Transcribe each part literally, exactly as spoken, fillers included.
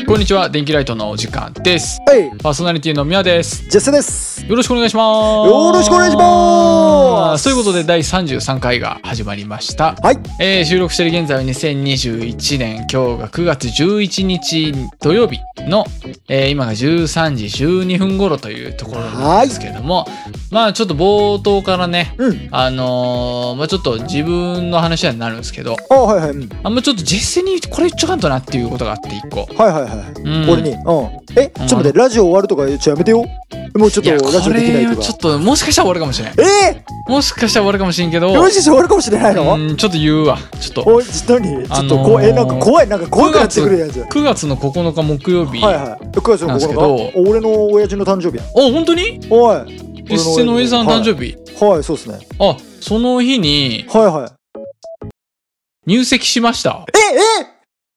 こんにちは、電気ライトのお時間です。 はい、 パーソナリティの宮です。 ジェスです。 よろしくお願いします。 よろしくお願いします。 ということでだいさんじゅうさんかいが始まりました。 はい、 えー、収録している現在はにせんにじゅういちねん、今日がくがつじゅういちにち土曜日の、えー、今がじゅうさんじじゅうにふん頃というところなんですけれども、まあちょっと冒頭からね、うん、あのー、まあちょっと自分の話になるんですけど、 あ、はいはい、うん、 あんまちょっとジェスにこれ言っちゃかんとなっていうことがあって一個。 はいはいはい。うん、俺に、うん、え、ちょっと待って、 うん、 ラジオ終わるとかちょっとやめてよ。もうちょっとラジオできないとか。 ちょっともしかしたら終わるかもしれない。 えー、 もしかしたら終わるかもしれんけど。 もしかしたら終わるかもしれないの？ うん、ちょっと言うわ。ちょっと。 おい、ちょっと何？ちょっとこう、え、なんか怖い、なんか怖くなってくるやつ。 くがつのここのか木曜日。 はいはい。くがつのここのか。俺の親父の誕生日や。 お、本当に？ おい。 実際の親父さんの誕生日。 はい、はい、そうですね。 あ、その日に。 はいはい。 入籍しました。 え、え？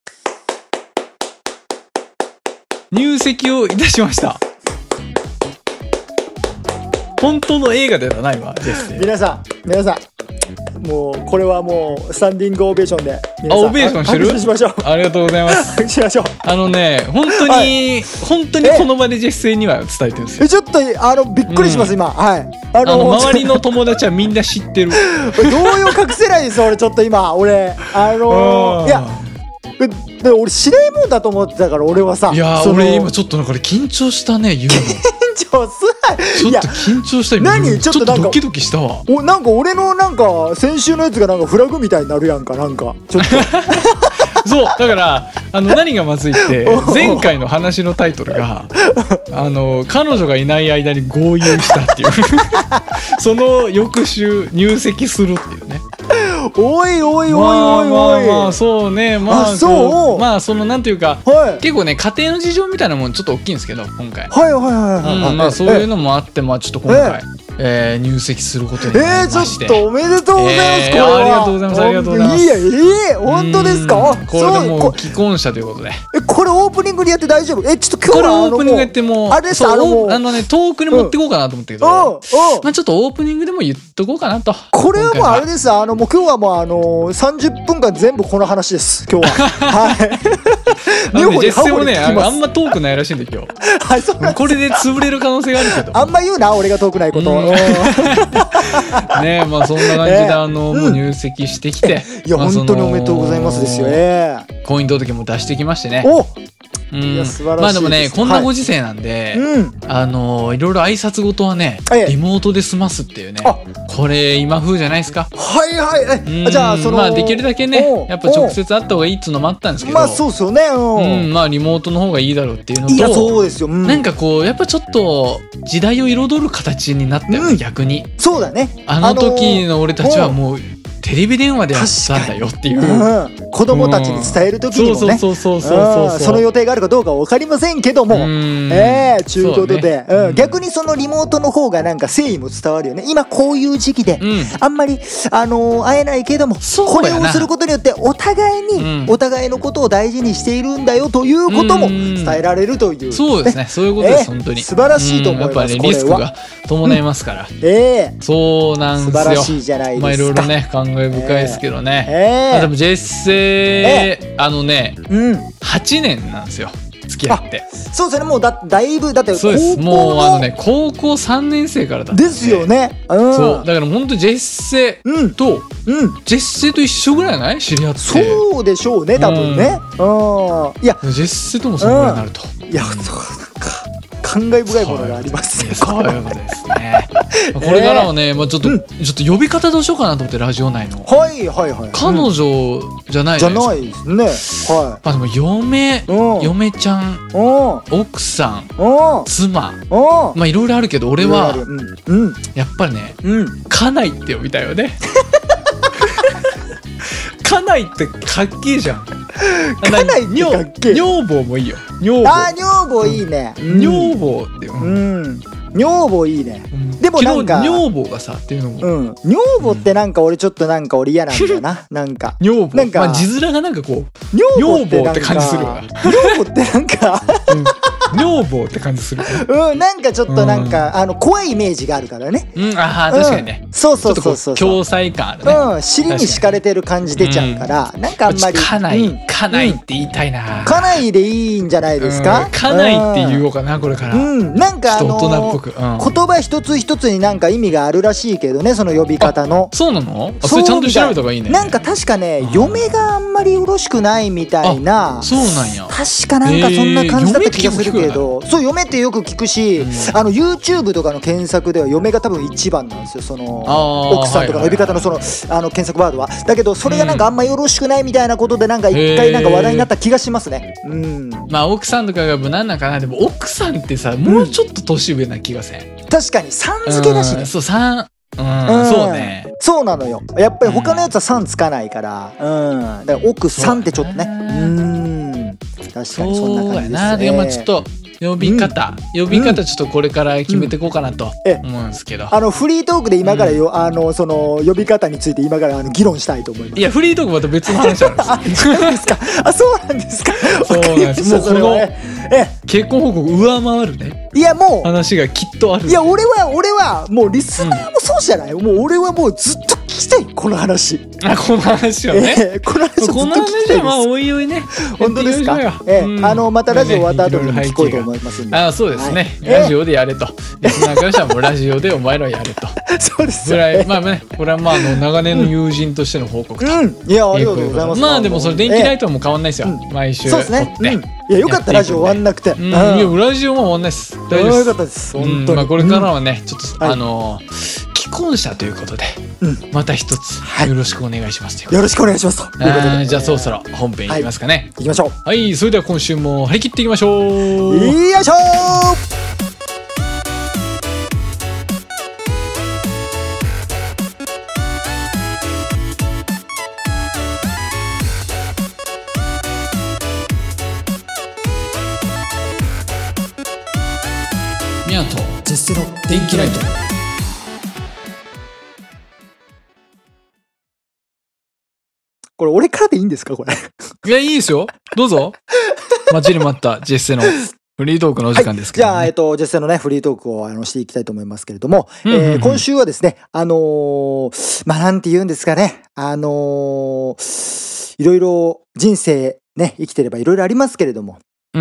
入籍をいたしました。本当の映画ではないわ。 皆さん、皆さん、もうこれはもうスタンディングオベーションで皆さん、 あ、オベーションしてる？ 拍手しましょう。 ありがとうございます。 しましょう。 あのね、本当に、はい、本当にこの場でジェス生には伝えてるんですよ。 え、ちょっとあのびっくりします、うん、今。はい。 あの, あの周りの友達はみんな知ってる。 動揺隠せないです。俺ちょっと今、俺あのー、いや。で俺知れんもんだと思ってたから俺はさ。 いやー俺今ちょっとなんか緊張したね言うの。 緊張すない。ちょっと緊張した今。 何ちょっとなんかドキドキしたわ。 おなんか俺のなんか先週のやつがなんかフラグみたいになるやんかなんかちょっと。 そうだからあの何がまずいって前回の話のタイトルがあの彼女がいない間に豪遊したっていうその翌週入籍するっていうね。 おいおいおいおいおい、 まあまあまあそうね、まあそうまあそのなんていうか、はい、結構ね家庭の事情みたいなもんちょっと大きいんですけど今回。 はいはいはいはい、 うん、まあそういうのもあってまあちょっと今回、えー、入籍することになりまして。 えー、ちょっとおめでとうございます。 えー、これはありがとうございますありがとうございます。 いやいや本当ですか？ これでもう既婚者ということで。 えこれオープニングでやって大丈夫？えちょっと今日はこれオープニングやってもうあれですあのあのね遠くに持ってこうかなと思ったけど、うん、まあちょっとオープニングでも言っとこうかなと。 これはもうあれですあのもう今日はもうあのさんじゅっぷんかん全部この話です今日は。はい。 あのね、ジェス生もねあんま遠くないらしいんで今日。はい、そうなんです。これで潰れる可能性があるけど。 あんま言うな俺が遠くないこと。 ねまあそんな感じであのもう入籍してきて。 いや本当におめでとうございますですよ。 婚姻届も出してきましてね。 お。 うん、いや素晴らしいです。まあでもねこんなご時世なんで、はいうん、あのいろいろ挨拶事はねリモートで済ますっていうね、これ今風じゃないですか。 はいはい。じゃあそのまあできるだけねやっぱ直接会った方がいいっつうのもあったんですけど、 まあそうですよね。 うん、まあリモートの方がいいだろうっていうのと、 いやそうですよ、うん、 なんかこうやっぱちょっと時代を彩る形になったよね、うん、逆に。 そうだね。 あの時の俺たちはもうテレビ電話でやったんだよっていう、 うん、子供たちに伝える時にもねその予定があるかどうか分かりませんけどもええちゅうことで、ねうん、逆にそのリモートの方がなんか誠意も伝わるよね。今こういう時期で、うん、あんまり、あのー、会えないけどもこれをすることによってお互いに、うん、お互いのことを大事にしているんだよということも伝えられるという、ね、 そうですねそういうことです、えー、本当に素晴らしいと思います。 やっぱり、ね、リスクが伴いますから、うん、 えー、 そうなんですよ。 素晴らしいじゃないですか。 まあいろいろね考え深いですけどね、えーえーまあ、でもジェス生あのね、うん、はちねんなんですよ付き合って。 そうですねもう だ, だいぶだってそうですもうあのね高校さんねん生からだったんでですよね、 うん、そうだから本当ジェス生と、うんうん、ジェス生と一緒ぐらいない知り合って。 そうでしょうね多分ね、うん、うんいやジェス生ともそのぐらいになると、 うん、いやそうか感慨深いものがありますね。 そういうことですね。これからはね、まあちょっと、うん、ちょっと呼び方どうしようかなと思ってラジオ内の。 はいはいはい。 彼女じゃないじゃないですね。はい。 まあでも嫁、うん、嫁ちゃん、うん、奥さん、うん、妻、うん、まあいろいろあるけど俺は、うん、やっぱりね、うん、家内って呼びたいよね。家内ってかっけえじゃん。 家内ってかっけえ。 女房もいいよ。女房。 あ女房いいね。 女房ってよ。 うん。女房いいね。でもなんか女房がさっていうのも。 うん。女房ってなんか俺ちょっとなんか俺嫌なんだよな。なんか。 女房。なんかまあ字面がなんかこう。女房って感じするわ。 女房ってなんか。 女房って感じする。 うん、なんかちょっとなんか、うん、あの怖いイメージがあるからね。 うん、ああ確かにね、 うん、そうそうそうそう、 共済感あるね。 うん、尻に敷かれてる感じ出ちゃうから、うん、なんかあんまり家内、うん、家内って言いたいな。 家内でいいんじゃないですか。 うん、家内って言おうかなこれから。 うん、なんかあの大人っぽく、うん、 言葉一つ一つになんか意味があるらしいけどね、その呼び方の。 そうなの？あ、それちゃんと調べた方がいいね。 なんか確かね、うん、嫁があんまりよろしくないみたいな。 そうなんや。 確かなんかそんな感じだった気がするけど、えー、そう嫁ってよく聞くし、うん、あの YouTube とかの検索では嫁が多分一番なんですよ、その奥さんとかの呼び方のその、あの検索ワードは。だけどそれがなんかあんまよろしくないみたいなことでなんか一回なんか話題になった気がしますね。うん、 まあ奥さんとかが無難なんかな。でも奥さんってさ、もうちょっと年上な気がせん。 うん、確かにさん付けだしね。 そうさん、うん、うん、そうね。 そうなのよ。やっぱり他のやつはさんつかないから、うん、だから奥さんってちょっとね。うん、確かにそんな感じですね。そうやな。 でもちょっと呼び方、うん、呼び方ちょっとこれから決めていこうかなと思うんですけど、うん、 あのフリートークで今からよ、うん、あのその呼び方について今からあの議論したいと思います。 いやフリートークまた別の話なんですあ、違うんですか。あ、そうなんですか。 そうなんです。もうこの結婚報告上回るね。 いやもう話がきっとある。 いや俺は俺はもうリスナーもそうじゃない、うん、もう俺はもうずっと聞きたいこの話。 あ、この話をね、 えー、この話をずっと聞きたいです。 この話はまあおいおいね。 本当ですか。えーうん、あのまたラジオ終わった後に聞こうと思いますんで。 あ、そうですね、はい、ラジオでやれと、リスナーからしたらもうラジオでお前らやれとそうですぐらい、まあね、これはまああの長年の友人としての報告と、 うん、いやありがとうございます。 まあでもそれ電気ライトはもう変わんないですよ、えー、毎週そうですね、うん、いやよかったラジオ終わんなくて、 うん、いやラジオも終わんないです。大丈夫です。 よかったです本当に、 うん、まあ、これからはねちょっと、はい、あの既婚者ということで、うん、また一つよろしくお願いしますという、はい、 よろしくお願いしますということで、 じゃあそろそろ本編いきますかね。はい、 いきましょう。 はい、それでは今週も張り切っていきましょう。 よいしょー。 ミヤとジェステの電気ライト。 これ俺からでいいんですかこれ。 いやいいですよ。どうぞ。待ちに待ったジェステのフリートークのお時間ですけど、ね、 はい、じゃあ、えっと、ジェステのね、フリートークをあのしていきたいと思いますけれども、うんうんうん、えー、今週はですね、あのー、まあ、なんて言うんですかね、あのー、いろいろ人生ね、生きてればいろいろありますけれども、 うん、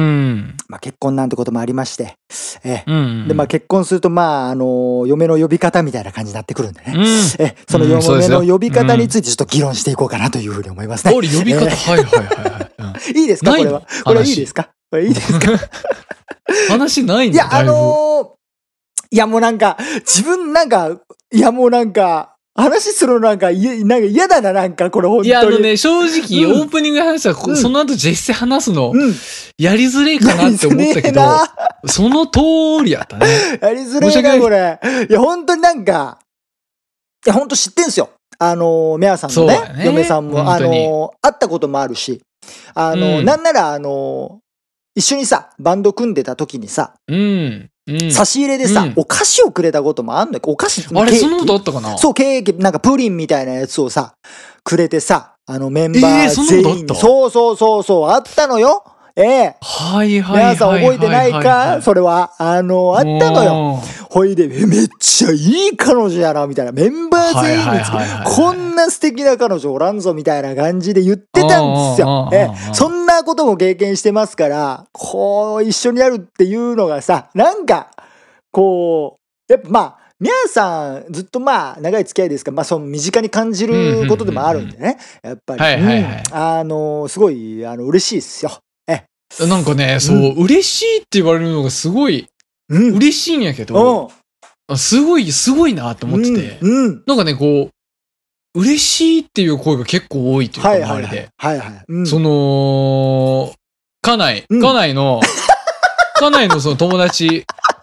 まあ、結婚なんてこともありまして、えうんうん、 でまあ、結婚すると、まああのー、嫁の呼び方みたいな感じになってくるんでね、うん、えその嫁の呼び方についてちょっと議論していこうかなというふうに思いますね。 うん、呼び方、えー、はいはいはいはい、うん、 いいですかこれは。これはいいですかこれいいですか話ないんだ。 いやあのー、いやもうなんか自分なんかいやもうなんか話するのなんか嫌なんか嫌だな、なんかこれ本当に。 いやあのね、正直、うん、オープニングで話したら、うん、その後ジェステ話すの、うん、やりづれえかなって思ったけど、その通りやったね。 やりづれえなこれ。いや本当になんかいや本当知ってんすよ。あのー、メアさんの ね, ね嫁さんもあのー、会ったこともあるし、あのーうん、なんならあのー、一緒にさバンド組んでた時にさ。 うんうん、 差し入れでさ、うん、お菓子をくれたこともあんのよ。お菓子あれそんなことあったかな。 そう、ケーキなんかプリンみたいなやつをさくれてさ、あのメンバー全員、えー、そ, そうそうそうそうあったのよ。ええー、 はいはい皆さん覚えてないか、はいはいはい、それはあのあったのよ。ほいでめっちゃいい彼女やなみたいな、メンバー全員に、はいはいはいはい、こんな素敵な彼女おらんぞみたいな感じで言ってたんですよ。えー、そんなことも経験してますから、こう一緒にやるっていうのがさ、なんかこうやっぱまあ皆さんずっとまあ長い付き合いですから、まあその身近に感じることでもあるんでね、やっぱり、はいはいはい、うん、あのすごいあの嬉しいですよ。えなんかね、そう、うん、嬉しいって言われるのがすごい嬉しいんやけど、うん、すごいすごいなと思ってて、うんうん、なんかねこう嬉しいっていう声が結構多いというか、周りで、 はいはいはい、うん、 その家内家内の家内のその友達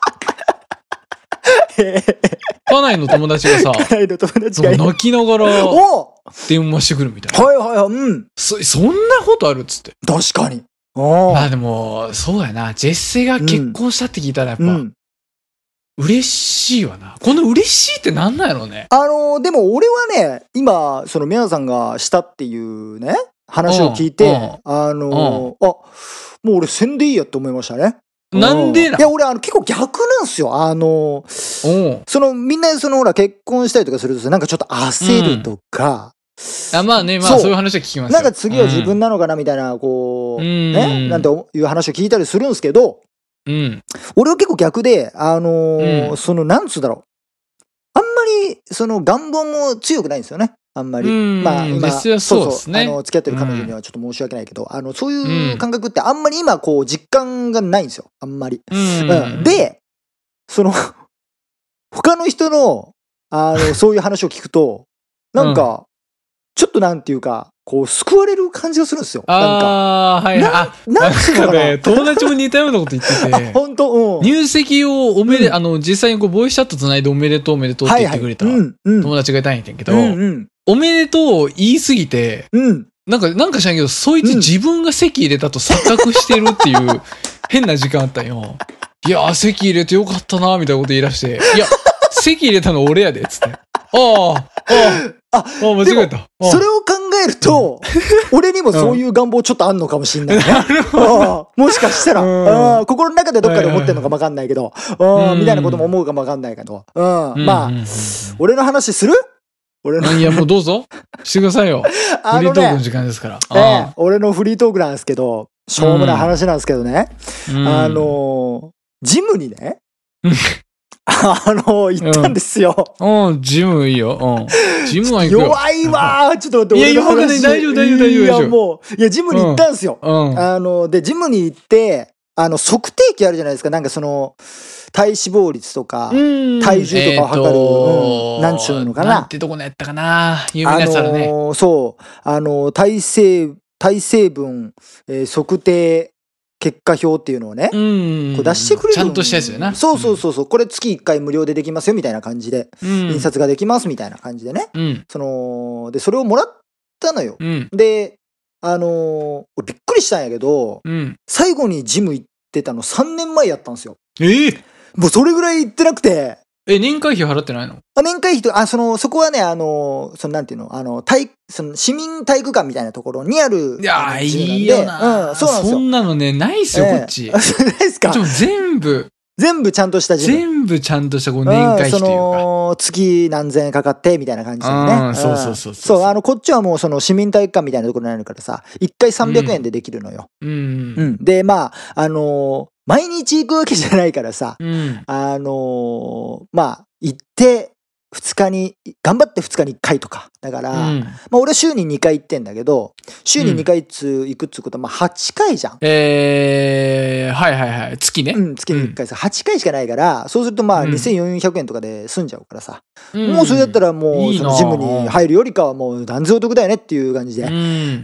家内の友達がさ、 家内の友達が泣きながら電話してくるみたいな。 はいはいはい、うん。 そそんなことあるっつって。 確かに。 まあでもそうやな、ジェスが結婚したって聞いたらやっぱ、うん、嬉しいわな。この嬉しいってなんなんやろうね。 あのー、でも俺はね、今その宮さんがしたっていうね話を聞いて、あのー、あもう俺せんでいいやって思いましたね。 なんでな。 いや、俺、あの、結構逆なんすよ。あの、その、みんな、その、ほら、結婚したりとかすると、なんかちょっと焦るとか、 うん、あ、まあね、まあそういう話は聞きますよ。 なんか次は自分なのかなみたいな、こう、うん、ね、なんていう話を聞いたりするんですけど、 うん、 俺は結構逆で、あのーうん、その、なんつうだろう。あんまり、その、願望も強くないんですよね。あんまり。まあ、今、 そうそうですね。 あの、付き合ってる彼女にはちょっと申し訳ないけど、うん、あの、そういう感覚ってあんまり今、こう、実感がないんですよ。あんまり。うん、うん、で、その、他の人の、あの、そういう話を聞くと、なんか、うん、ちょっとなんていうか、こう、救われる感じがするんですよ。なんか。 ああ、はいはい。あ、なんかね、友達も似たようなこと言ってて。 本当、うん。 入籍をおめで、うん、あの、実際にこう、ボイスチャット繋いでおめでとうおめでとうって言ってくれた友達がいたんやけど、うんうん、おめでとう言いすぎて、うん、なんか、なんか知らんけど、そいつ自分が籍入れたと錯覚してるっていう変な時間あったんよ。いや、籍入れてよかったな、みたいなこと言い出して、いや、籍入れたの俺やで、つって。ああ、ああ、あ、間違えた。 それを考えると、俺にもそういう願望ちょっとあんのかもしんないね。もしかしたら、心の中でどっかで思ってんのかもわかんないけど、みたいなことも思うかもわかんないけど、まあ、俺の話する？俺の。 いや、もうどうぞ。してくださいよ。フリートークの時間ですから。 俺のフリートークなんですけど、しょうもない話なんですけどね。あの、ジムにね、あの、行ったんですよ。 うん、ジムいいよ。うん。ジムは行くよ。 弱いわー。ちょっと待って、 いや、弱くない。大丈夫、大丈夫、大丈夫。 いや、もう、いや、ジムに行ったんですよ。あの、で、ジムに行って、あの、測定器あるじゃないですか。なんかその、体脂肪率とか、体重とかを測る、なんちゅうのかな。 なんてとこのやったかな。有名なやつあるね。 そう。あの、体成、体成分、測定、結果表っていうのをね、こう出してくれる。 ちゃんとしたやつよな。 そうそうそうそう。これ月いっかい無料でできますよみたいな感じで、印刷ができますみたいな感じでね。その、で、それをもらったのよ。で、あの、びっくりしたんやけど、最後にジム行ってたのさんねんまえやったんですよ。 ええもうそれぐらい行ってなくて。 え、年会費払ってないの？ あ、年会費と、あ、その、そこはね、あの、その、なんていうの、あの、体、その、市民体育館みたいなところにある。 いやー、いいよな。うん、そうなんですよ。そんなのね、ないっすよ、こっち。 ないですか？ でも全部。 全部ちゃんとしたジム。 全部ちゃんとしたこう年会費というか。その、月何千円かかって、みたいな感じでね。 そうそうそう。 そう、あの、こっちはもうその市民体育館みたいなところにあるからさ、いっかいさんびゃくえんでできるのよ。うん。うん。で、まあ、あの、毎日行くわけじゃないからさ、うん、あのー、まあ、行って、ふつかに、頑張ってふつかにいっかいとか。だから、うん、まあ俺週ににかい行ってんだけど、週ににかいつ行くっつうことは、まあはちかいじゃん。 えー、はいはいはい。月ね。 うん、月にいっかいさ、はちかいしかないから、そうするとまあにせんよんひゃくえんとかで済んじゃうからさ。うん、もうそれだったらもう、そのジムに入るよりかはもう断然お得だよねっていう感じで。うん、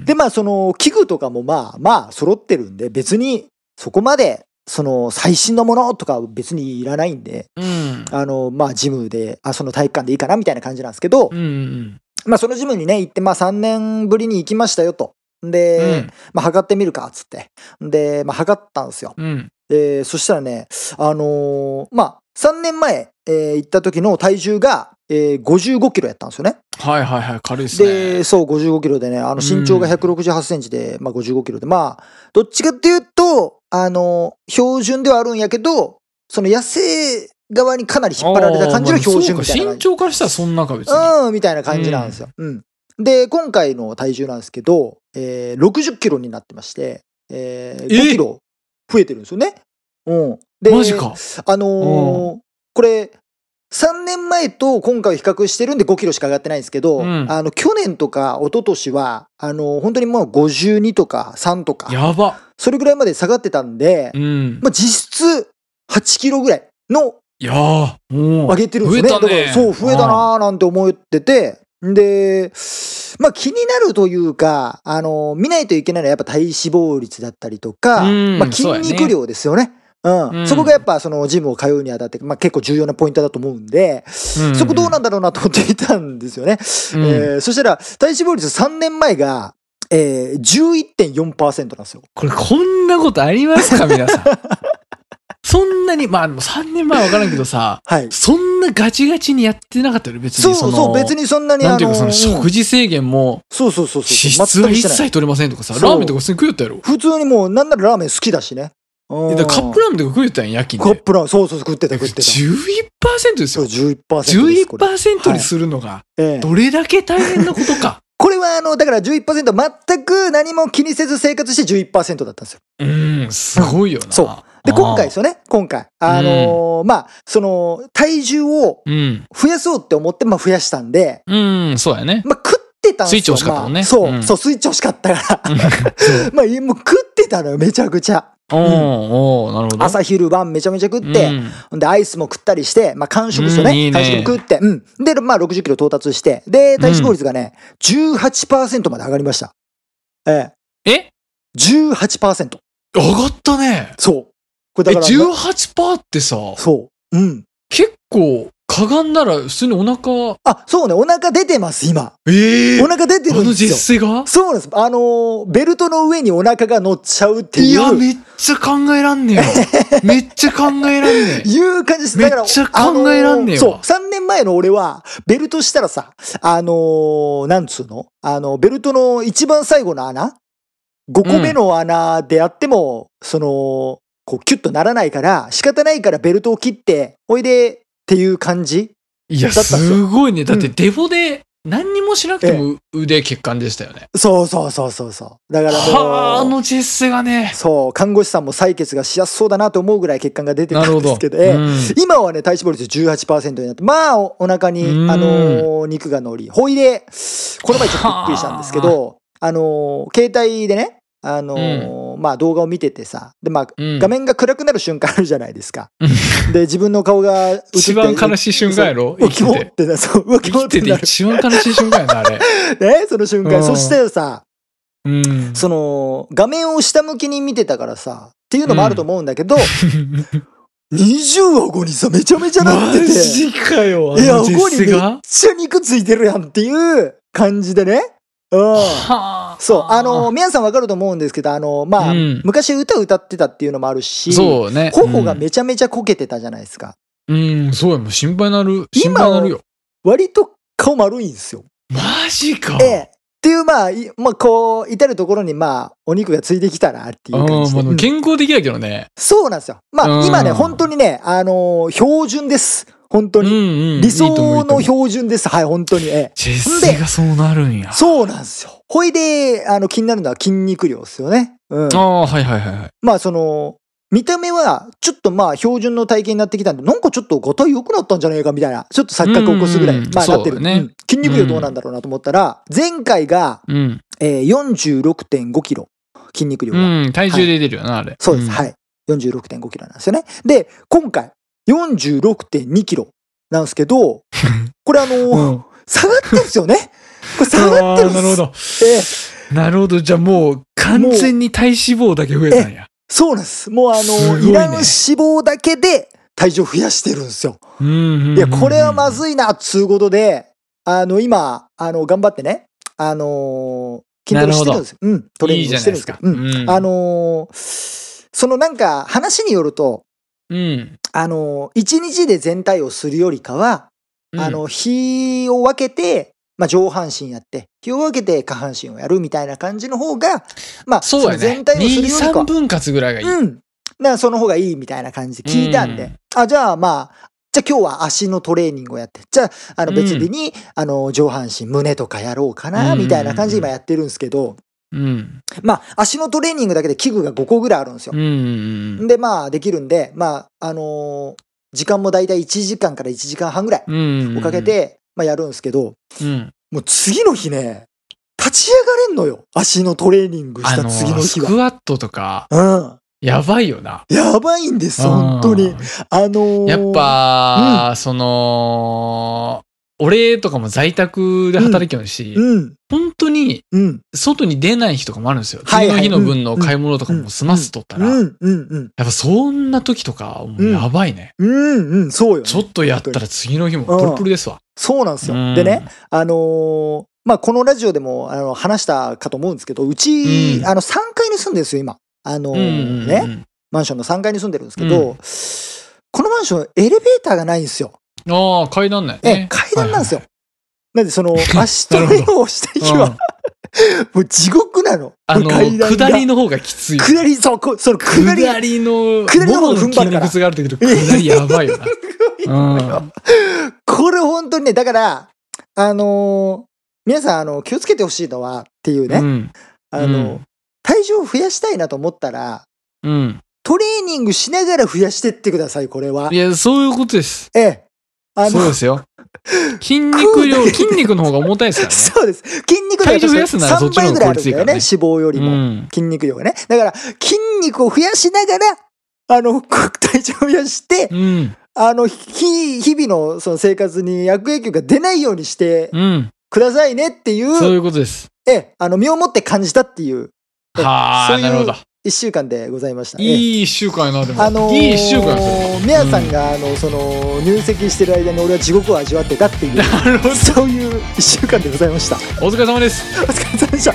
で、まあその器具とかもまあまあ揃ってるんで、別にそこまで、その最新のものとか別にいらないんで、うん、あの、まあジムで、あ、その体育館でいいかなみたいな感じなんですけど、うんうん、まあそのジムにね、行って、まあさんねんぶりに行きましたよと。で、うん、まあ測ってみるかっつって。で、まあ測ったんですよ。うん、で、そしたらね、あのー、まあさんねんまえ、えー、行った時の体重が、えー、ごじゅうごキロやったんですよね。 はいはいはい、軽いですね。 で、そう、ごじゅうごキロでね、あの身長がひゃくろくじゅうはちセンチで、まあごじゅうごキロで、まあ、どっちかっていうと、あの、標準ではあるんやけど、その痩せ側にかなり引っ張られた感じの標準みたいな感じ。 身長からしたらそんなか別に。 うん、みたいな感じなんですよ。うん。で、今回の体重なんですけど、えー、ろくじゅっキロになってまして、えー、ごキロ増えてるんですよね。うん。で、 マジか。 あのー、これ、さんねんまえと今回比較してるんでごキロしか上がってないんですけど、うん、あの、去年とか一昨年は、あの、本当にもうごじゅうにとかさんとか。 やば。 それぐらいまで下がってたんで、うん、まあ実質はちキロぐらいの、 いやー、 上げてるんですよね。だからそう、増えたなーなんて思ってて、で、まあ気になるというか、あの、見ないといけないのはやっぱ体脂肪率だったりとか、まあ筋肉量ですよね。うん、うん、そこがやっぱそのジムを通うにあたって、まあ、結構重要なポイントだと思うんで、うんうん、そこどうなんだろうなと思っていたんですよね。うんえー、そしたら体脂肪率さんねんまえが、えー、じゅういってんよんパーセント なんですよ。 これこんなことありますか皆さん。そんなに、まあさんねんまえは分からんけどさ、はい、そんなガチガチにやってなかったよね、別に。 そうそう、別にそんなに。 なんていうかその食事制限も、 そうそうそうそう。 脂質は一切取れませんとかさ、ラーメンとか普通に食いよったやろ。 普通にもう、なんならラーメン好きだしね。 うん、カップラーメンとか食えたん夜勤で。 カップラーメン、そうそう食ってた食ってた。 じゅういちパーセント ですよ。 じゅういちパーセント。 じゅういちパーセント にするのが、どれだけ大変なことか。 これはあの、だから じゅういちパーセント 全く何も気にせず生活して じゅういちパーセント だったんですよ。 うん、すごいよな。 そう。で、今回ですよね、今回。あのー、まあ、その、体重を増やそうって思って、まあ増やしたんで。 うん、そうやね。 まあ食ってたんですよ。 スイッチ欲しかったもんね。 そう、そう、スイッチ欲しかったから。まあ、もう食ってたのよ、めちゃくちゃ。 おー、おー、なるほど。 朝昼晩めちゃめちゃ食って、で、アイスも食ったりして、まあ完食ですよね。完食食って、うん。で、まあろくじゅっキロ到達して、で、体脂肪率がね、じゅうはちパーセント まで上がりました。ええ。 え ? じゅうはちパーセント。 上がったね。 そう。これだから、 え、じゅうはちパーセント ってさ、 そう。うん。 結構、かがんだら普通にお腹。 あ、そうね、お腹出てます、今。 ええー。 お腹出てるんですよ。 あの実勢がそうなんです。あのー、ベルトの上にお腹が乗っちゃうっていう。 いや、めっちゃ考えらんねえよ。めっちゃ考えらんねえ。 いう感じです。 だから、めっちゃ考えらんねえよ。 そう。さんねんまえの俺は、ベルトしたらさ、あのー、なんつうのあの、ベルトの一番最後の穴 ?ご 個目の穴であっても、うん、その、こう、キュッとならないから、仕方ないからベルトを切って、おいでっていう感じいや、すごいね。だってデフォで何にもしなくても腕血管でしたよね。 ええ、そうそうそうそうそう。だからもう。 はあ、あの実勢がね。 そう、看護師さんも採血がしやすそうだなと思うぐらい血管が出てたんですけど、ええ、うん、今はね、体脂肪率 じゅうはちパーセント になって、まあ、お, お腹に、あのー、肉が乗り、ほいで、この前ちょっとびっくりしたんですけど、あのー、携帯でね、あのーうん、まあ動画を見ててさ、でまあ、うん、画面が暗くなる瞬間あるじゃないですか。で、自分の顔が映って一番悲しい瞬間やろ生きてて。そう、生きてて一番悲しい瞬間やな、あれ。 ね、その瞬間。そしてさ、 うん、 その、画面を下向きに見てたからさ、っていうのもあると思うんだけど、うん、にじゅう顎にさ、めちゃめちゃなってて。 マジかよ、 いや、顎にめっちゃ肉ついてるやんっていう感じでね。うん。そう。あの、皆さんわかると思うんですけど、あの、まあ、うん、昔歌歌ってたっていうのもあるし、 そうね。 頬がめちゃめちゃこけてたじゃないですか。 うん、うん、そうや、もう心配なる。心配なるよ。 割と顔丸いんですよ。 マジか。 ええ。っていう、まあ、まあ、こう、至るところに、まあ、お肉がついてきたなっていう感じで。 あ、まあ、健康的だけどね、 うん。そうなんですよ。まあ、今ね、本当にね、あのー、標準です。本当に、うんうん。理想の標準です。はい、本当に。ええ。 実際がそうなるんや。 そうなんですよ。ほいで、あの、気になるのは筋肉量ですよね。うん。 ああ、はいはいはいはい。 まあ、その、見た目は、ちょっとまあ、標準の体型になってきたんで、なんかちょっとガタイ良くなったんじゃないかみたいな、ちょっと錯覚を起こすぐらい、まあ、なってる。ね、うん。筋肉量どうなんだろうなと思ったら、前回が、うん、えー、よんじゅうろくてんごキロ。筋肉量が。 うん、体重で出るよな、はい、あれ。 そうです、うん。はい。よんじゅうろくてんごキロなんですよね。で、今回、よんじゅうろくてんにキロなんですけど、これあのーうん、下がってるんですよね。これ下がってるんです。 なるほど。 えー、なるほど。じゃあもう、完全に体脂肪だけ増えたんや。 そうなんです。もうあの、ね、いらん脂肪だけで体重増やしてるんですよ。 うんうんうんうん、 いや、これはまずいな、つうことで、あの、今、あの、頑張ってね、あのー、筋トレしてるんですよ。うん、トレーニングしてるんですけど。いいじゃないですか。うん。あのー、そのなんか、話によると、 うん、 あの、一日で全体をするよりかは、うん、あの、日を分けて、まあ、上半身やって、日を分けて下半身をやるみたいな感じの方が、まあ、 そうだね、 全体をするよりかは。 に、さんぶん割ぐらいがいい。 うん。だからその方がいいみたいな感じで聞いたんで、うん、あ、じゃあまあ、じゃあ今日は足のトレーニングをやって、じゃあ、あの別日に、うん、あの、上半身、胸とかやろうかな、みたいな感じで今やってるんですけど、 うん、 まあ、足のトレーニングだけで器具がごこぐらいあるんですよ。 うん、 で、まあ、できるんで、まあ、あのー、時間もだいたいいちじかんからいちじかんはんぐらいをかけて、まあ、やるんですけど、 うん、 もう次の日ね、立ち上がれんのよ。足のトレーニングした次の日は。 スクワットとか、 うん。 やばいよな。 やばいんです、本当に。あのー、 やっぱ、うん、その、俺とかも在宅で働きよるし、 うん、 本当に、外に出ない日とかもあるんですよ。 うん、 次の日の分の買い物とかも済ませとったら、やっぱそんな時とか、もうやばいね。 うんうん、そうよ、ね。 ちょっとやったら次の日もプルプルですわ。 うん、そうなんですよ。うん、でね、あのー、まあ、このラジオでもあの話したかと思うんですけど、うち、うん、あのさんかいに住んでるんですよ、今。あのー、ね、マンションのさんかいに住んでるんですけど、うん、このマンションエレベーターがないんですよ。 ああ、階段ね。 え、階段なんですよ。なんでその、足トレをした日は、 もう地獄なの。 あの、下りの方がきつい。 下り、そう、こその下り。 下りの、 下りの方が踏ん張るから。 筋肉痛があるけど、下りやばいよな。うん、 これ本当にね、だから、あのー、皆さん、あの、気をつけてほしいのは、っていうね。うん、あの、うん、体重を増やしたいなと思ったら、うん、トレーニングしながら増やしてってください、これは。 いや、そういうことです。 ええ。 あのそうですよ。筋肉量、筋肉の方が重たいですからね。 そうです。筋肉量がさんばいぐらいあるんだよね、脂肪よりも。筋肉量がね。だから、筋肉を増やしながら、あの、体重を増やして、うん、あの、日、日々のその生活に悪影響が出ないようにしてくださいねっていう。 そういうことです。 ええ、あの、身をもって感じたっていう。 はあ、なるほど。 一週間でございました。 いい一週間やな、でも。 あのー、 いい一週間ですよ。 メアさんが、あの、その、入籍してる間に俺は地獄を味わってたっていう、なるほど。そういう一週間でございました。 お疲れ様です。 お疲れ様でした。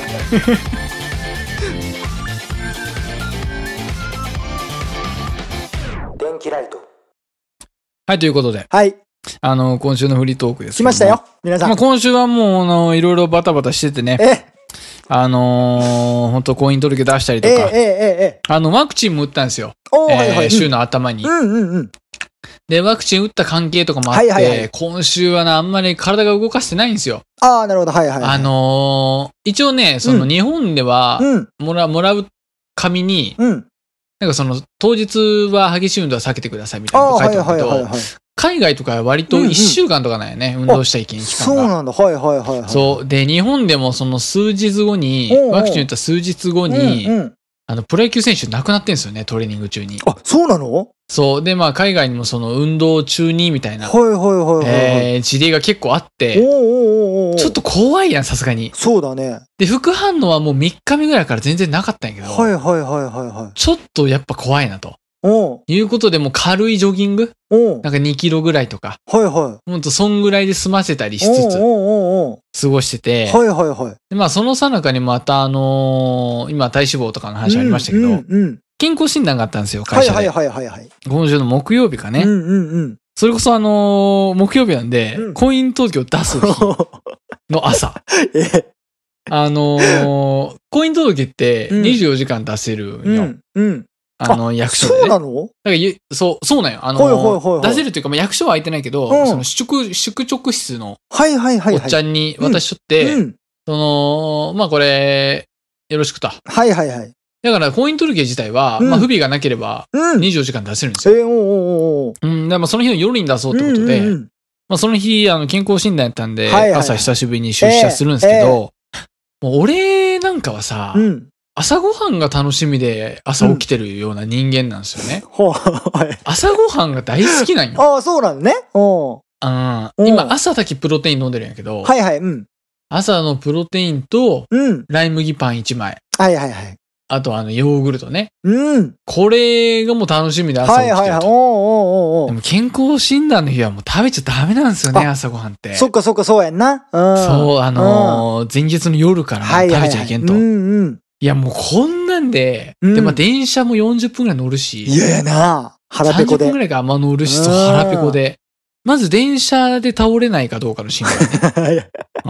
電気ライト。 はい、ということで。 はい。 あの、今週のフリートークです。 来ましたよ、皆さん。 まあ、今週はもう、あの、いろいろバタバタしててね。 えあのー、本当婚姻届出したりとか、えーえーえー、あの、ワクチンも打ったんですよ。えーはいはい、週の頭に、うんうんうん。で、ワクチン打った関係とかもあって、はいはいはい、今週はな、あんまり体が動かしてないんですよ。 ああ、なるほど、はいはい、はい。 あのー、一応ね、その日本では、もら、もらう紙に、うん、なんかその、当日は激しい運動は避けてくださいみたいなのが書いてあるけど、海外とかは割といっしゅうかんとかなんよね、うんうん、運動したい期間が。 そうなんだ、はいはいはい、はい。 そう。で、日本でもその数日後に、おうおうワクチン打った数日後に、うんうん、あの、プロ野球選手亡くなってんですよね、トレーニング中に。 あ、そうなの？ そう。で、まあ、海外にもその運動中にみたいな、 はいはいはいはい、 えー、事例が結構あって、おうおうおうちょっと怖いやん、さすがに。 そうだね。 で、副反応はもうみっかめぐらいから全然なかったんやけど、 はいはいはいはいはい。 ちょっとやっぱ怖いなと。いうことでもう軽いジョギングなんかにキロぐらいとか。 はいはい。 ほんとそんぐらいで済ませたりしつつ、過ごしてて。 はいはいはい。 でまあその最中にまたあのー、今体脂肪とかの話ありましたけど、うんうんうん、健康診断があったんですよ、会社で。はいはいはいはい。今週の木曜日かね。うんうんうん。それこそあのー、木曜日なんで、うん、婚姻届を出す日の朝。えあのー、婚姻届ってにじゅうよじかん出せるんよ。うんうんあの、役所で、ね。 そうなの？ だからそう、そうなんよ。あの、はいはいはいはい、出せるというか、まあ、役所は空いてないけど、うん、その宿、宿直室の、 はいはいはい。 おっちゃんに渡しとって、うんうん、その、まあ、これ、よろしくと。 はいはいはい。 だから、婚姻届自体は、うん、まあ、不備がなければ、にじゅうよじかん出せるんですよ。うん、えー、おーおーおー。うん、だからその日の夜に出そうってことで、うんうんうん、まあ、その日、あの、健康診断やったんで、はいはいはい、朝久しぶりに出社するんですけど、えーえー、もう俺なんかはさ、うん朝ごはんが楽しみで朝起きてるような人間なんですよね。うんはい、朝ごはんが大好きなんよ。 ああ、そうなんね。おうん、今朝だけプロテイン飲んでるんやけど、 はいはい、うん、 朝のプロテインと、ライ麦パンいちまい。 はいはいはい。 あとあのヨーグルトね。 うん。 これがもう楽しみで朝起きてると。はいはいはい。おーおーおーでも健康診断の日はもう食べちゃダメなんですよね、朝ごはんって。 そっかそっかそうやんな。 うん、そう、あのー、前日の夜から食べちゃいけんと。はいはいはい、うんうんいやもうこんなんで、うん、でまあ電車もよんじゅっぷんぐらい乗るし。 いややな腹ペコで。 さんじゅっぷんぐらいかあんま乗るし、腹ペコで。まず電車で倒れないかどうかの心配ね。うん。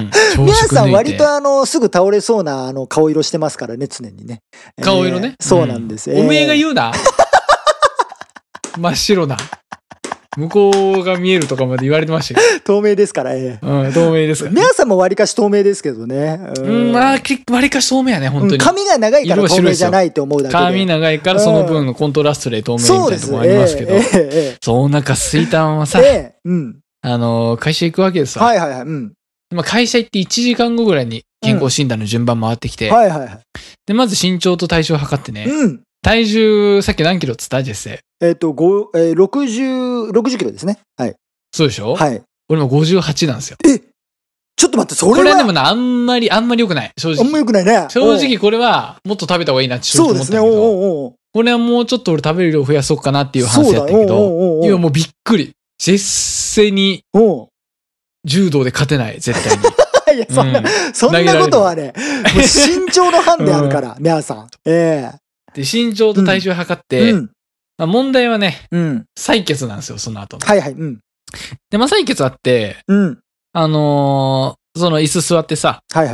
皆さん割とあの、すぐ倒れそうなあの顔色してますからね、常にね。 顔色ね。 えー、そうなんですよ。 おめえが言うな。真っ白な。向こうが見えるとかまで言われてましたけど。 透明ですから、ええ。うん、透明ですから、 ね。皆さんも割かし透明ですけどね。 うん、まあ、割かし透明やね、本当に。うん、 髪が長いから透明じゃないと思うだけで。 髪長いからその分のコントラストで透明みたいなとこもありますけど。そうです、えーえー、そう、お腹すいたままさ、えーうん、あの、会社行くわけですわ。 はいはいはい。うん。 まあ、会社行っていちじかんごぐらいに健康診断の順番回ってきて。 うん、はいはいはい。 で、まず身長と体重を測ってね。うん。体重、さっき何キロっつったジェスセ。 えっと、ご、えー、ろくじゅう、ろくじゅっキロですね。はい。 そうでしょはい。 俺もごじゅうはちなんですよ。 えちょっと待って、それは。 これはでもな、あんまり、あんまり良くない。正直。 あんま良くないね。 正直これは、もっと食べた方がいいなって正直思ったけど。そうですね、おうおうおうこれはもうちょっと俺食べる量増やそうかなっていう話やったけど、今もうびっくり。ジェッセに、柔道で勝てない、絶対に。 いや、そんな、うん、そんなことはね、もう身長のハンデあるから、皆さん。ええで、身長と体重を測って、うんまあ、問題はね、うん、採血なんですよ、その後の。 はいはい。うん、 で、まあ、採血あって、うん、あのー、その椅子座ってさ、 はいはい。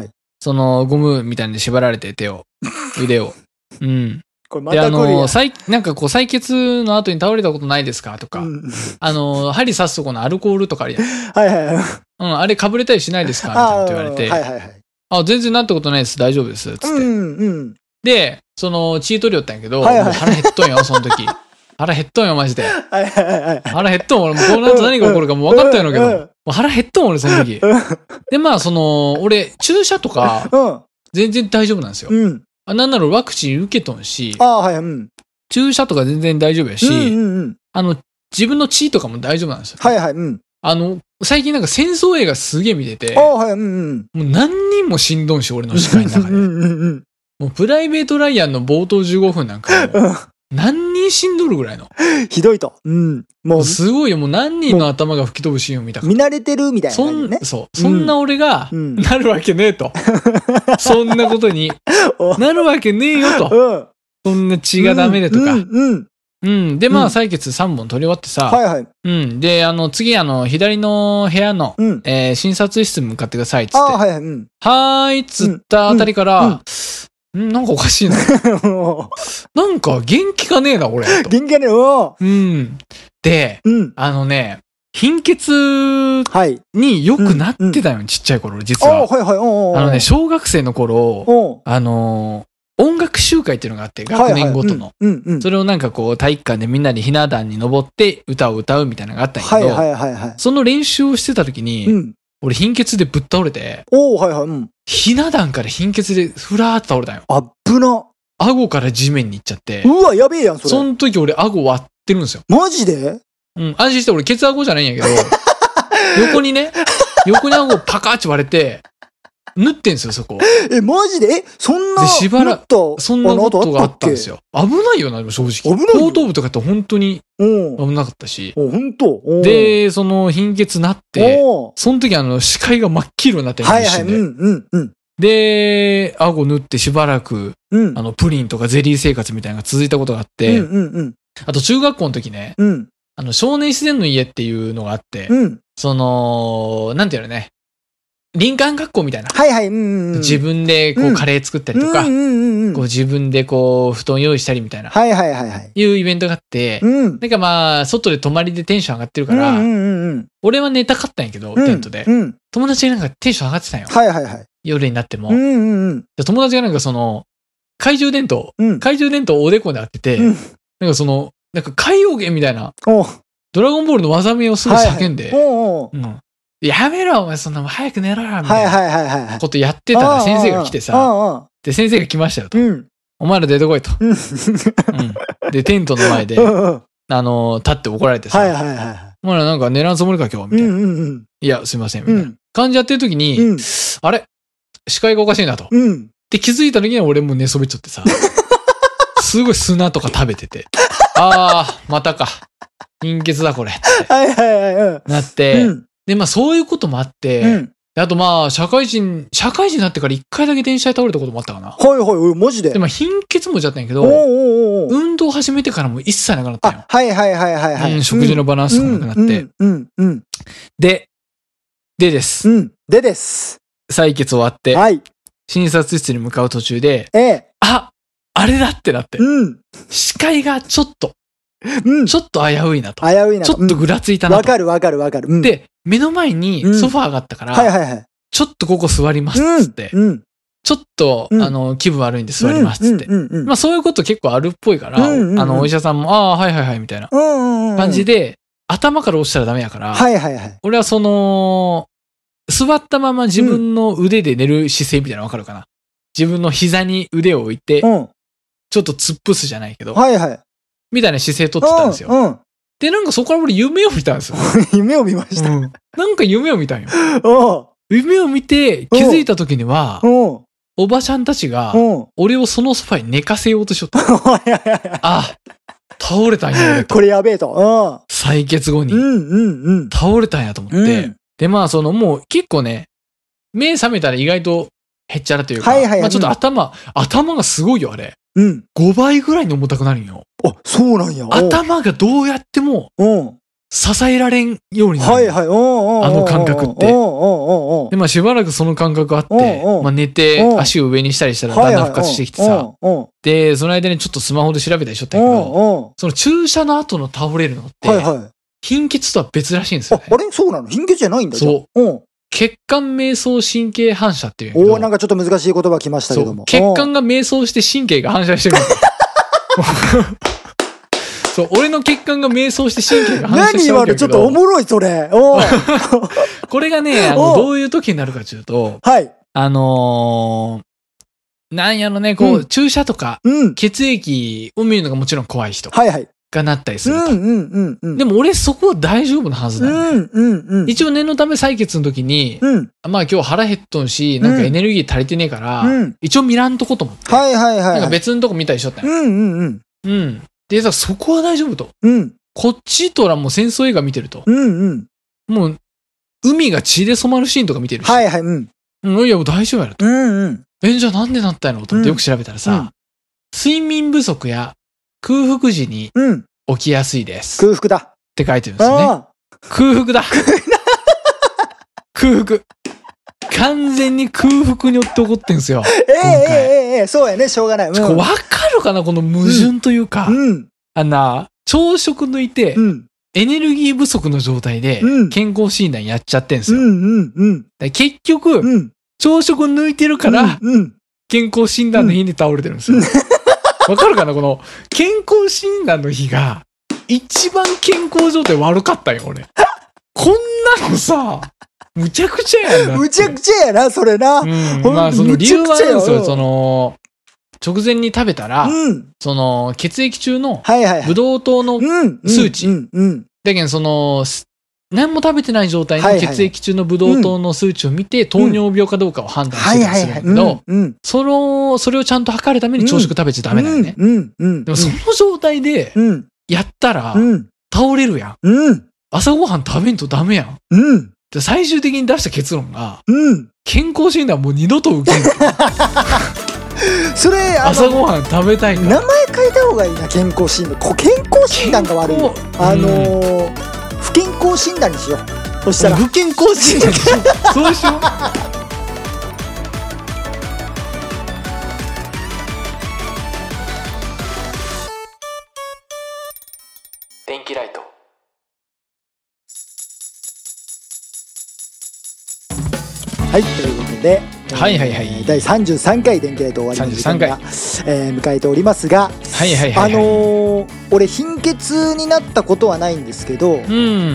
その、ゴムみたいに縛られて手を、腕を。うん。 これまた来るやん。 で、あの、再、なんかこう、採血の後に倒れたことないですかとか、うん、あの、針刺すとこのアルコールとかあるやん。 はいはいはい。 うん、あれ被れたりしないですかみたいなこと言われて。はいはいはい。あ、全然なったことないです。大丈夫です。つって。うんうん。で、その、血取りよったんやけど、はいはい、もう腹減っとんよ、その時。腹減っとんよ、マジで。はいはいはい。腹減っとん、俺もうこうなると何が起こるかもう分かったんやろうけど、もう腹減っとん、俺、その時。で、まあ、その、俺、注射とか、全然大丈夫なんですよ。うん。あ、なんならワクチン受けとんし、あ、はい、うん。注射とか全然大丈夫やし、うんうんうん、あの、自分の血とかも大丈夫なんですよ。はいはい、うん。あの、最近なんか戦争映画すげえ見てて、あ、はい、うんうん。もう何人も死んどんし、俺の視界の中で。うんうんうん、もうプライベート・ライアンの冒頭じゅうごふんなんかもう、何人死んどるぐらいの。 ひどいと。うん。 もう、すごいよ。もう何人の頭が吹き飛ぶシーンを見たか。 見慣れてるみたいな感じね。 そん、そう。そんな俺が、なるわけねえと。そんなことに、なるわけねえよと。うん、そんな血がダメでとか。うん、うん。うん。で、まあ、採血さんぼん取り終わってさ。はいはい。うん。で、あの、次、あの、左の部屋の、うん、えー、診察室に向かってください、つって。あ、はいはい。うん、はーい、つったあたりから、うんうん、なんかおかしいな。なんか元気がねえな、俺。 元気がねえよ。 うん。で、うん、あのね、貧血によくなってたよ、はい、ちっちゃい頃、実は。あ、はいはい、おうおう、あのね、小学生の頃、あのー、音楽集会っていうのがあって、学年ごとの。それをなんかこう、体育館でみんなでひな壇に登って歌を歌うみたいなのがあったんやけど、はいはいはいはい、その練習をしてた時に、うん、俺貧血でぶっ倒れて、おー、はいはい、うん。ひな壇から貧血でふらーって倒れたんよ。 あっぶな。 顎から地面に行っちゃって。 うわ、やべえやん、それ。 その時俺顎割ってるんですよ。 マジで？ うん、安心して俺ケツ顎じゃないんやけど、横にね、横に顎パカーって割れて、縫ってんすよ、そこ。 え、マジで？え、そんな、 で、しばらく、そんなことがあったんですよ。危ないよな、正直。危ない。後頭部とかって本当に危なかったし。 お、本当。 で、その貧血なって、その時あの、視界が真っ黄色になってるんですよ。はいはい、うんうんうん。で、顎縫ってしばらく、うん、あの、プリンとかゼリー生活みたいなのが続いたことがあって、うんうんうん、あと中学校の時ね、うん、あの、少年自然の家っていうのがあって、うん、その、なんていうのね、林間学校みたいな。はいはい。うんうん、自分でこうカレー作ったりとか、こう自分でこう布団用意したりみたいな。はいはいはいはい。いうイベントがあって、うん、なんかまあ、外で泊まりでテンション上がってるから、うんうんうん、俺は寝たかったんやけど、テントで、うんうん。友達がなんかテンション上がってたんよ。はいはいはい。夜になっても。うんうんうん、友達がなんかその、懐中電灯、うん、懐中電灯をおでこで当てて、うん、なんかその、なんか海洋圏みたいな、ドラゴンボールの技名をすぐ叫んで、はいはい、おうおう、うん、やめろお前そんなもん早く寝ろよみたいなことやってたら先生が来てさ、で先生が来ましたよと、うん、お前ら出てこいと、うん、でテントの前であの立って怒られてさ、はいはいはい、お前らなんか寝らんつもりか今日みたいな、うんうんうん、いやすいませんみたいな、うん、感じやってる時に、うん、あれ視界がおかしいなと、うん、で気づいた時には俺も寝そべっちゃってさすごい砂とか食べててああまたか貧血だこれってはいはいはい、うん、なって、うん、で、まあそういうこともあって、うん、あとまあ社会人、社会人になってから一回だけ電車で倒れたこともあったかな。はいはい、マジで。で、まあ貧血もじゃったんやけど、おーおーおー、運動始めてからも一切なくなったよ。はいはいはいはいはい、うん。食事のバランスがなくなって。うんうんうん、で、でです。うん、でです。採血終わって、はい、診察室に向かう途中で、ええ、あ、あれだってなって、うん、視界がちょっと、うん、ちょっと危ういなと。危ういなと。ちょっとぐらついたなと。わ、うん、かるわかるわかる。うん、で、目の前にソファーがあったから、うん、はいはいはい、ちょっとここ座りますっつって、うんうん、ちょっと、うん、あの、気分悪いんで座りますっつって。うんうんうん、まあそういうこと結構あるっぽいから、うんうんうん、あの、お医者さんも、ああ、はいはいはい、みたいな感じで、頭から押したらダメやから、はいはいはい、俺はその、座ったまま自分の腕で寝る姿勢みたいなのわかるかな、自分の膝に腕を置いて、うん、ちょっと突っ伏すじゃないけど、はいはい、みたいな姿勢取ってたんですよ。うんうん、で、なんかそこから俺夢を見たんですよ。夢を見ました、うん。なんか夢を見たんよ。夢を見て気づいた時には、おばちゃんたちが、俺をそのソファに寝かせようとしよった。あ、倒れたんや俺と。これやべえと。採血後に。倒れたんやと思って。うん、で、まあそのもう結構ね、目覚めたら意外とへっちゃらというか、はいはい、まあちょっと頭、うん、頭がすごいよあれ。うん、ごばいぐらいに重たくなるんよ。あ、そうなんや。頭がどうやっても、うん、 支えられんようになる。 はいはい。おうおうおうおうあの感覚って。 おうおうおうおうで、まあしばらくその感覚あって、 おうおうまあ寝て足を上にしたりしたらだんだん復活してきてさ。 はいはいおうおうで、その間にちょっとスマホで調べたりしとったけど、 おうおうその注射の後の倒れるのって、 はいはい。 貧血とは別らしいんですよね。 あ、あれそうなの？貧血じゃないんだ。 そう。 うん。 血管迷走神経反射っていう。 おお、なんかちょっと難しい言葉来ましたけども。 血管が迷走して神経が反射してる。そう、俺の血管が迷走して神経が反射してる。何今のちょっとおもろいそれ。おこれがね、あの、どういう時になるかというと、 はい。 あのー、なんやろね、こう、うん、注射とか、うん、血液を見るのがもちろん怖い人。はいはい。がなったりすると。うんうんうんうん、でも俺そこは大丈夫なはずだよ、ねうんうんうん。一応念のため採血の時に、うん、まあ今日腹減っとんし、なんかエネルギー足りてねえから、うん、一応見らんとこと思って。はいはいはい、はい。なんか別のとこ見たりしとったんや。うんうんうん。うん。で、さ、そこは大丈夫と。うん。こっちとらもう戦争映画見てると。うんうん。もう、海が血で染まるシーンとか見てるし。はいはい。うん。いやもう大丈夫やろと。うんうん。え、じゃあなんでなったんやろと思ってよく調べたらさ、うん、睡眠不足や、空腹時に起きやすいです。空腹だ。って書いてるんですよね。空腹だ。空腹。完全に空腹によって起こってんすよ。ええええええ、そうやね、しょうがない。わ、うん、かるかなこの矛盾というか。うん、あんな、朝食抜いて、うん、エネルギー不足の状態で健康診断やっちゃってんすよ。うんうんうん、結局、うん、朝食抜いてるから、うんうん、健康診断の日に倒れてるんですよ。わかるかなこの、健康診断の日が、一番健康状態悪かったよ、俺。こんなのさ、むちゃくちゃやんな。むちゃくちゃやな、それな。うん、まあ、その理由はあるんですよ。その、直前に食べたら、うん、その、血液中の、ブドウ糖の数値。だけど、その、何も食べてない状態の血液中のブドウ糖の数値を見て、糖尿病かどうかを判断してたりするんだけど、その、それをちゃんと測るために朝食食べちゃダメだよね。でもその状態で、やったら、倒れるやん。うん、朝ごはん食べんとダメやん。うん、で最終的に出した結論が、うん、健康診断もう二度と受けん。それ、朝ごはん食べたいから。名前変えた方がいいな、健康診断。健康診断が悪いよ。あのー、不健康診断にしよう。そしたら。不健康診断にしよう。そうしよう。電気ライト。はい、ということで、はいはいはい、だいさんじゅうさんかい電気ライト終わりの時間が、えー、迎えておりますが、はいはいはいはい、あのー、俺貧血になったことはないんですけど、うん、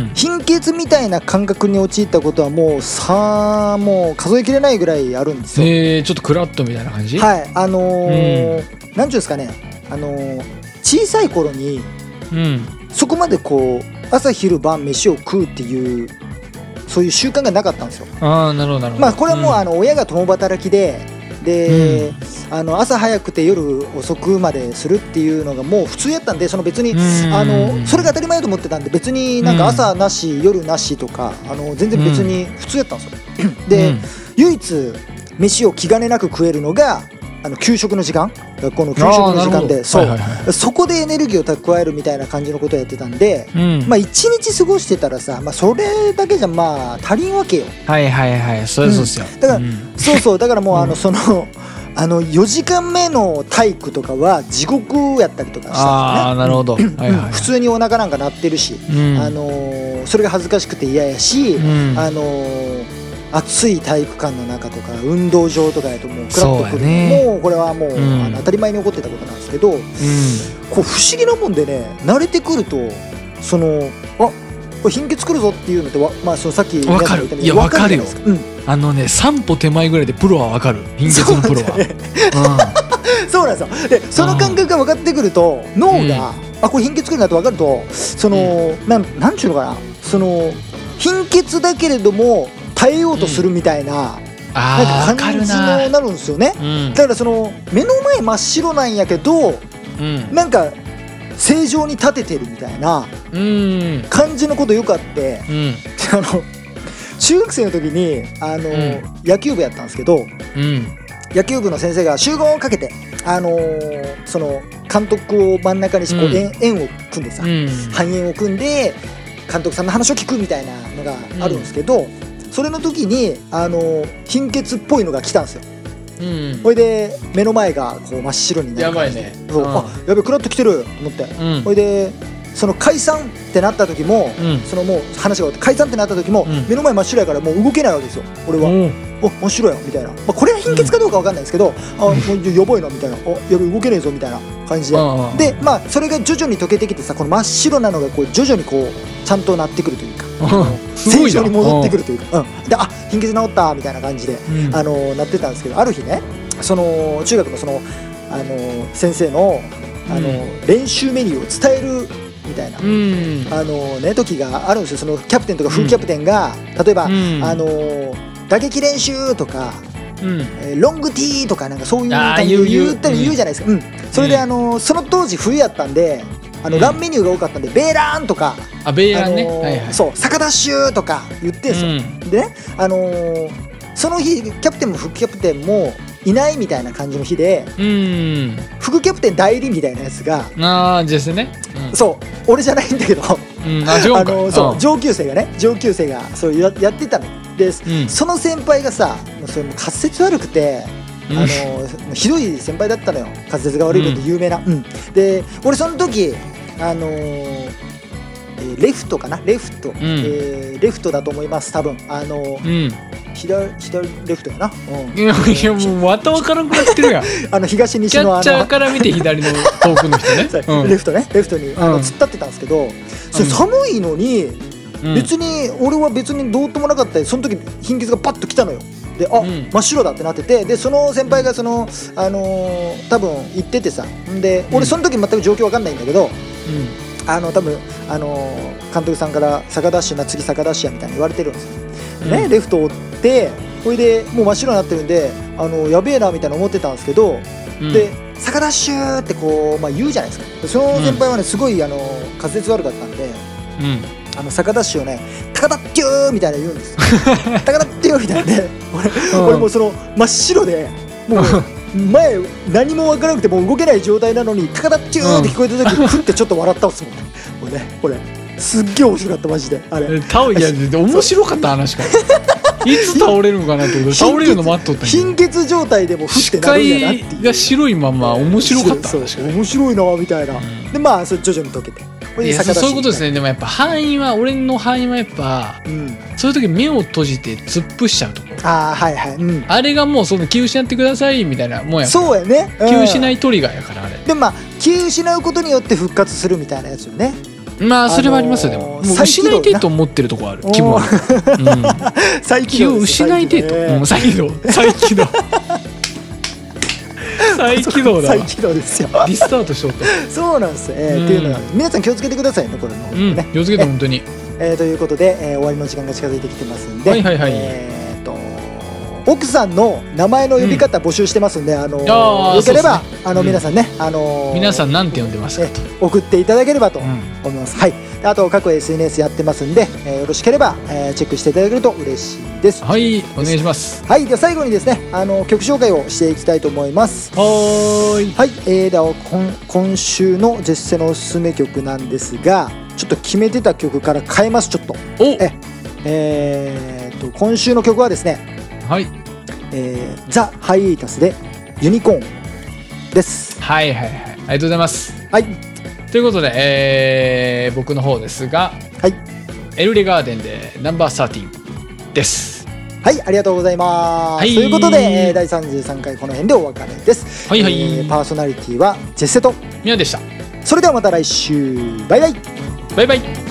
貧血みたいな感覚に陥ったことはもうさもう数えきれないぐらいあるんですよ。えー、ちょっとクラッとみたいな感じ？はい、あのー、うん、なんていうんですかね、あのー、小さい頃に、うん、そこまでこう朝昼晩飯を食うっていうそういう習慣がなかったんですよ。ああ、なるほどなるほど。まあこれはもう、うん、あの親が共働きでで、うん、あの朝早くて夜遅くまでするっていうのがもう普通やったんで、その別に、うん、あのそれが当たり前だと思ってたんで、別になんか朝なし、うん、夜なしとかあの全然別に普通やったんですよ。うん、で、うん、唯一飯を気兼ねなく食えるのがあの給食の時間、学校の給食の時間で、そう、はいはいはい、そこでエネルギーを蓄えるみたいな感じのことをやってたんで、うん、まあ一日過ごしてたらさ、まあそれだけじゃまあ足りんわけよ。はいはいはい、そうそうですよ。うん、だから、うん、そうそう、だからもうあのその、あのよじかんめの体育とかは地獄やったりとかしたんですよね。ああ、なるほど。はいはいはい、普通にお腹なんか鳴ってるし、うん、あのー、それが恥ずかしくて嫌やし、うん、あのー。暑い体育館の中とか運動場とかやともうクラッとくる、ね、もうこれはもう、うん、あの当たり前に起こってたことなんですけど、うん、こう不思議なもんでね、慣れてくるとそのあこれ貧血くるぞっていうのってわ、まあ、そのさっき分かる、いや分かるよ、うん、あのねさん歩手前ぐらいでプロは分かる、貧血のプロは。そうなんですよ。でその感覚が分かってくると脳が、うん、あこれ貧血くるなって分かると、その、うん、なん、なんちゅうのかな、その貧血だけれども耐えようとするみたいな、うん、なんか感じになるんですよね、うん、だからその目の前真っ白なんやけど、うん、なんか正常に立ててるみたいな感じのことよくあって、うん、あの中学生の時にあの、うん、野球部やったんですけど、うん、野球部の先生が集合をかけて、あのー、その監督を真ん中にしてこう、うん、円を組んでさ、うん、半円を組んで監督さんの話を聞くみたいなのがあるんですけど、うん、それの時にあの貧血っぽいのが来たんですよ。うん、ほいで目の前がこう真っ白になる。 やばいね。 そう、うん、あやべクラッと来てると思って、うん、ほいでその解散ってなった時も、うん、そのもう話が終わって解散ってなった時も、うん、目の前真っ白やからもう動けないわけですよ俺は。うんお真っ白やみたいな、まあ、これは貧血かどうか分かんないですけど、うん、あもうやばいなみたいな、おやべ動けねえぞみたいな感じで、うん、でまあそれが徐々に溶けてきてさ、この真っ白なのがこう徐々にこうちゃんとなってくるというか、正常に戻ってくるというか、うん、であ貧血治ったみたいな感じで、うん、あのなってたんですけど、ある日ねその中学のそのあの先生のあの、うん、練習メニューを伝えるみたいな、うん、あのね時があるんですよ。そのキャプテンとか副キャプテンが、うん、例えば、うん、あの打撃練習とか、うんえー、ロングティーとかなんかそういう感じで言ったり言うじゃないですか。うん、それであのその当時冬やったんで、あのランメニューが多かったんで、ベーラーンとか、 あベーランね、 あのーはいはい、 そう坂ダッシュとか言ってんすよ。うん、でね、あのー、その日キャプテンも副キャプテンもいないみたいな感じの日で、うん、副キャプテン代理みたいなやつが、 ああですね、 うん、そう俺じゃないんだけど、 うん、ああのそう、うん、上級生がね上級生がそう や, やってたので、うん、その先輩がさそれも滑舌悪くて、うん、あのひどい先輩だったのよ。滑舌が悪いことで有名な、うんうん、で俺その時あのー、レフトかなレフト、うんえー、レフトだと思います多分あのーうん左, 左レフトやな、うん、いやいやもうまた分からんくなってるやんあの東西のあのキャッチャーから見て左の遠くの人ね、 うん、レフトねレフトにあの、うん、突っ立ってたんですけど、それ寒いのに、うん、別に俺は別にどうともなかったり、その時貧血がパッと来たのよ。であ、うん、真っ白だってなってて、でその先輩がその、あのー、多分行っててさ、で俺その時全く状況分かんないんだけど、うん、あの多分、あのー、監督さんから坂ダッシュな次坂ダッシュやみたいに言われてるんですよ、うんね、レフトを追ってほいでもう真っ白になってるんで、あのやべえなみたいな思ってたんですけど、うん、で坂ダッシュってこう、まあ、言うじゃないですか。その先輩はねすごいあの滑舌悪かったんで、うん、あの坂ダッシュをね高田っきゅーみたいな言うんですよ高田っきゅーみたいなね俺, 俺もうその真っ白でもう前何も分からなくてもう動けない状態なのに高田っきゅーって聞こえた時にふってちょっと笑ったんですもんね。これねこれすっげえ面白かったマジであれ。 倒いや面白かった話かいつ倒れるのかなってこと倒れるの待っとったんや。 貧血状態でもふってなるんやなっていう。視界が白いまま面白かった話か面白いなみたいな、うん、でまあそれ徐々に解けていやそういうことですね。でもやっぱ範囲は俺の範囲はやっぱ、うん、そういう時目を閉じて突っ伏しちゃうとこあはいはい、うん、 あれがもうその気失ってくださいみたいなもんやから。 そうやね、 うん、気失いトリガーやからあれでまあ気失うことによって復活するみたいなやつよね。 まあそれはありますよ。でももう失いてえと思ってるとこある気もある、うん、 再起動気を失いてえと、うん、再起動再起動再起動だわ。 再起動ですよ。 リスタートしようと。 そうなんですよ、えーうん、っていうのは皆さん気をつけてくださいねこれの、ねうん、気をつけて本当に、 えー、ということで、えー、終わりの時間が近づいてきてますんで、はいはいはい、えー、と奥さんの名前の呼び方募集してますんで、うん、あのー、よければ、ね、あの皆さんね、うん、あのー、 皆さんなんて呼んでますかと、 えー、送っていただければと思います、うん、はい。あと各 エスエヌエス やってますんで、えー、よろしければ、えー、チェックしていただけると嬉しいです。 はいお願いします。 はいでは最後にですねあの曲紹介をしていきたいと思います。 はーいはい、えー、では今今週のジェッセのおすすめ曲なんですが、ちょっと決めてた曲から変えます。ちょっとおええー、と今週の曲はですねはい、 えー、ザ・ハイエイタスでユニコーンです。 はいはいはいありがとうございます。 はいということで、えー、僕の方ですが、 はい、 エルレガーデンでナンバーサーティーンです。 はいありがとうございます、はい、ということで、えー、だいさんじゅうさんかいこの辺でお別れです。 はいはい、 えー、パーソナリティはジェッセとミヤでした。 それではまた来週バイバイバイバイ。